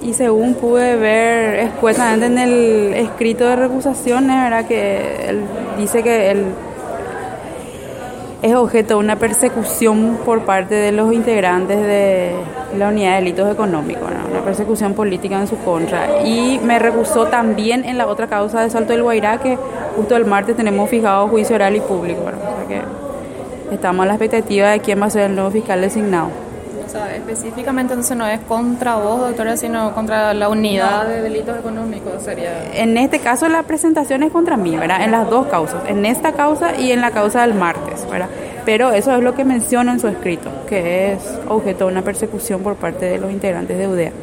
Y según pude ver expuestamente en el escrito de recusaciones, ¿verdad? Que él dice que él es objeto de una persecución por parte de los integrantes de la unidad de delitos económicos, ¿no? Una persecución política en su contra. Y me recusó también en la otra causa de Salto del Guairá, que justo el martes tenemos fijado juicio oral y público, ¿no? O sea que estamos a la expectativa de quién va a ser el nuevo fiscal designado. O sea, específicamente entonces no es contra vos, doctora, sino contra la unidad de delitos económicos, sería. En este caso la presentación es contra mí, ¿verdad? En las dos causas, en esta causa y en la causa del martes, ¿verdad? Pero eso es lo que menciona en su escrito, que es objeto de una persecución por parte de los integrantes de UDEA.